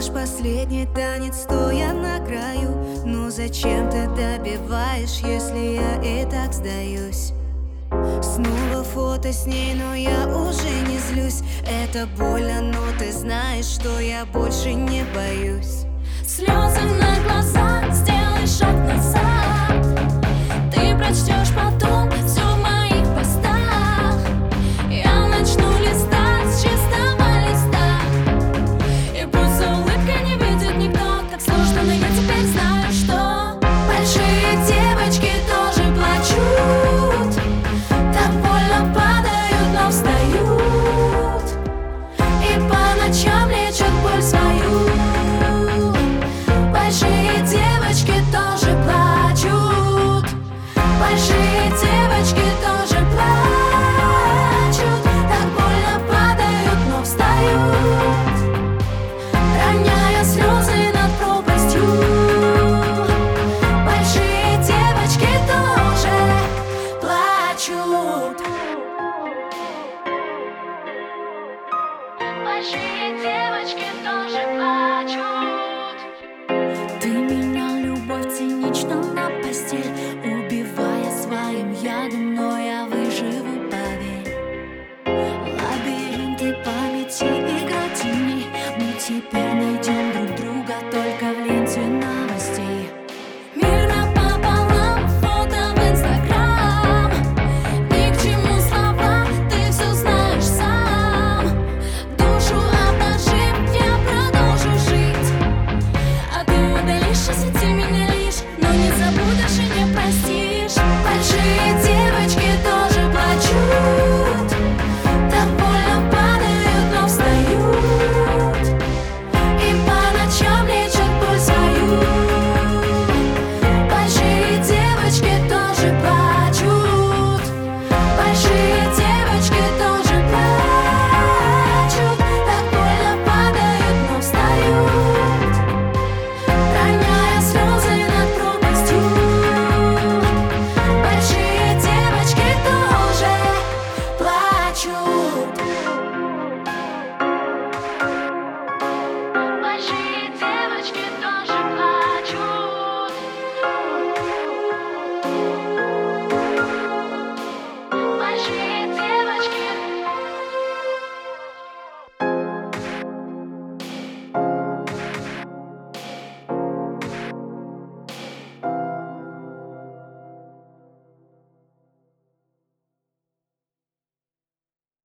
наш последний танец, стоя на краю. Ну зачем ты добиваешь, если я и так сдаюсь? Снова фото с ней, но я уже не злюсь. Это больно, но ты знаешь, что я больше не боюсь. Слезы на глазах, сделай шаг назад. Ты прочтешь потом все в моих постах. Я начну листать с чистого листа, и пусть за улыбкой не видит никто, как сложно, но я теперь знаю, что большие девочки тоже плачут. Так больно падают, но встают, и по ночам лечат боль свою. Большие девочки тоже плачут. Большие девочки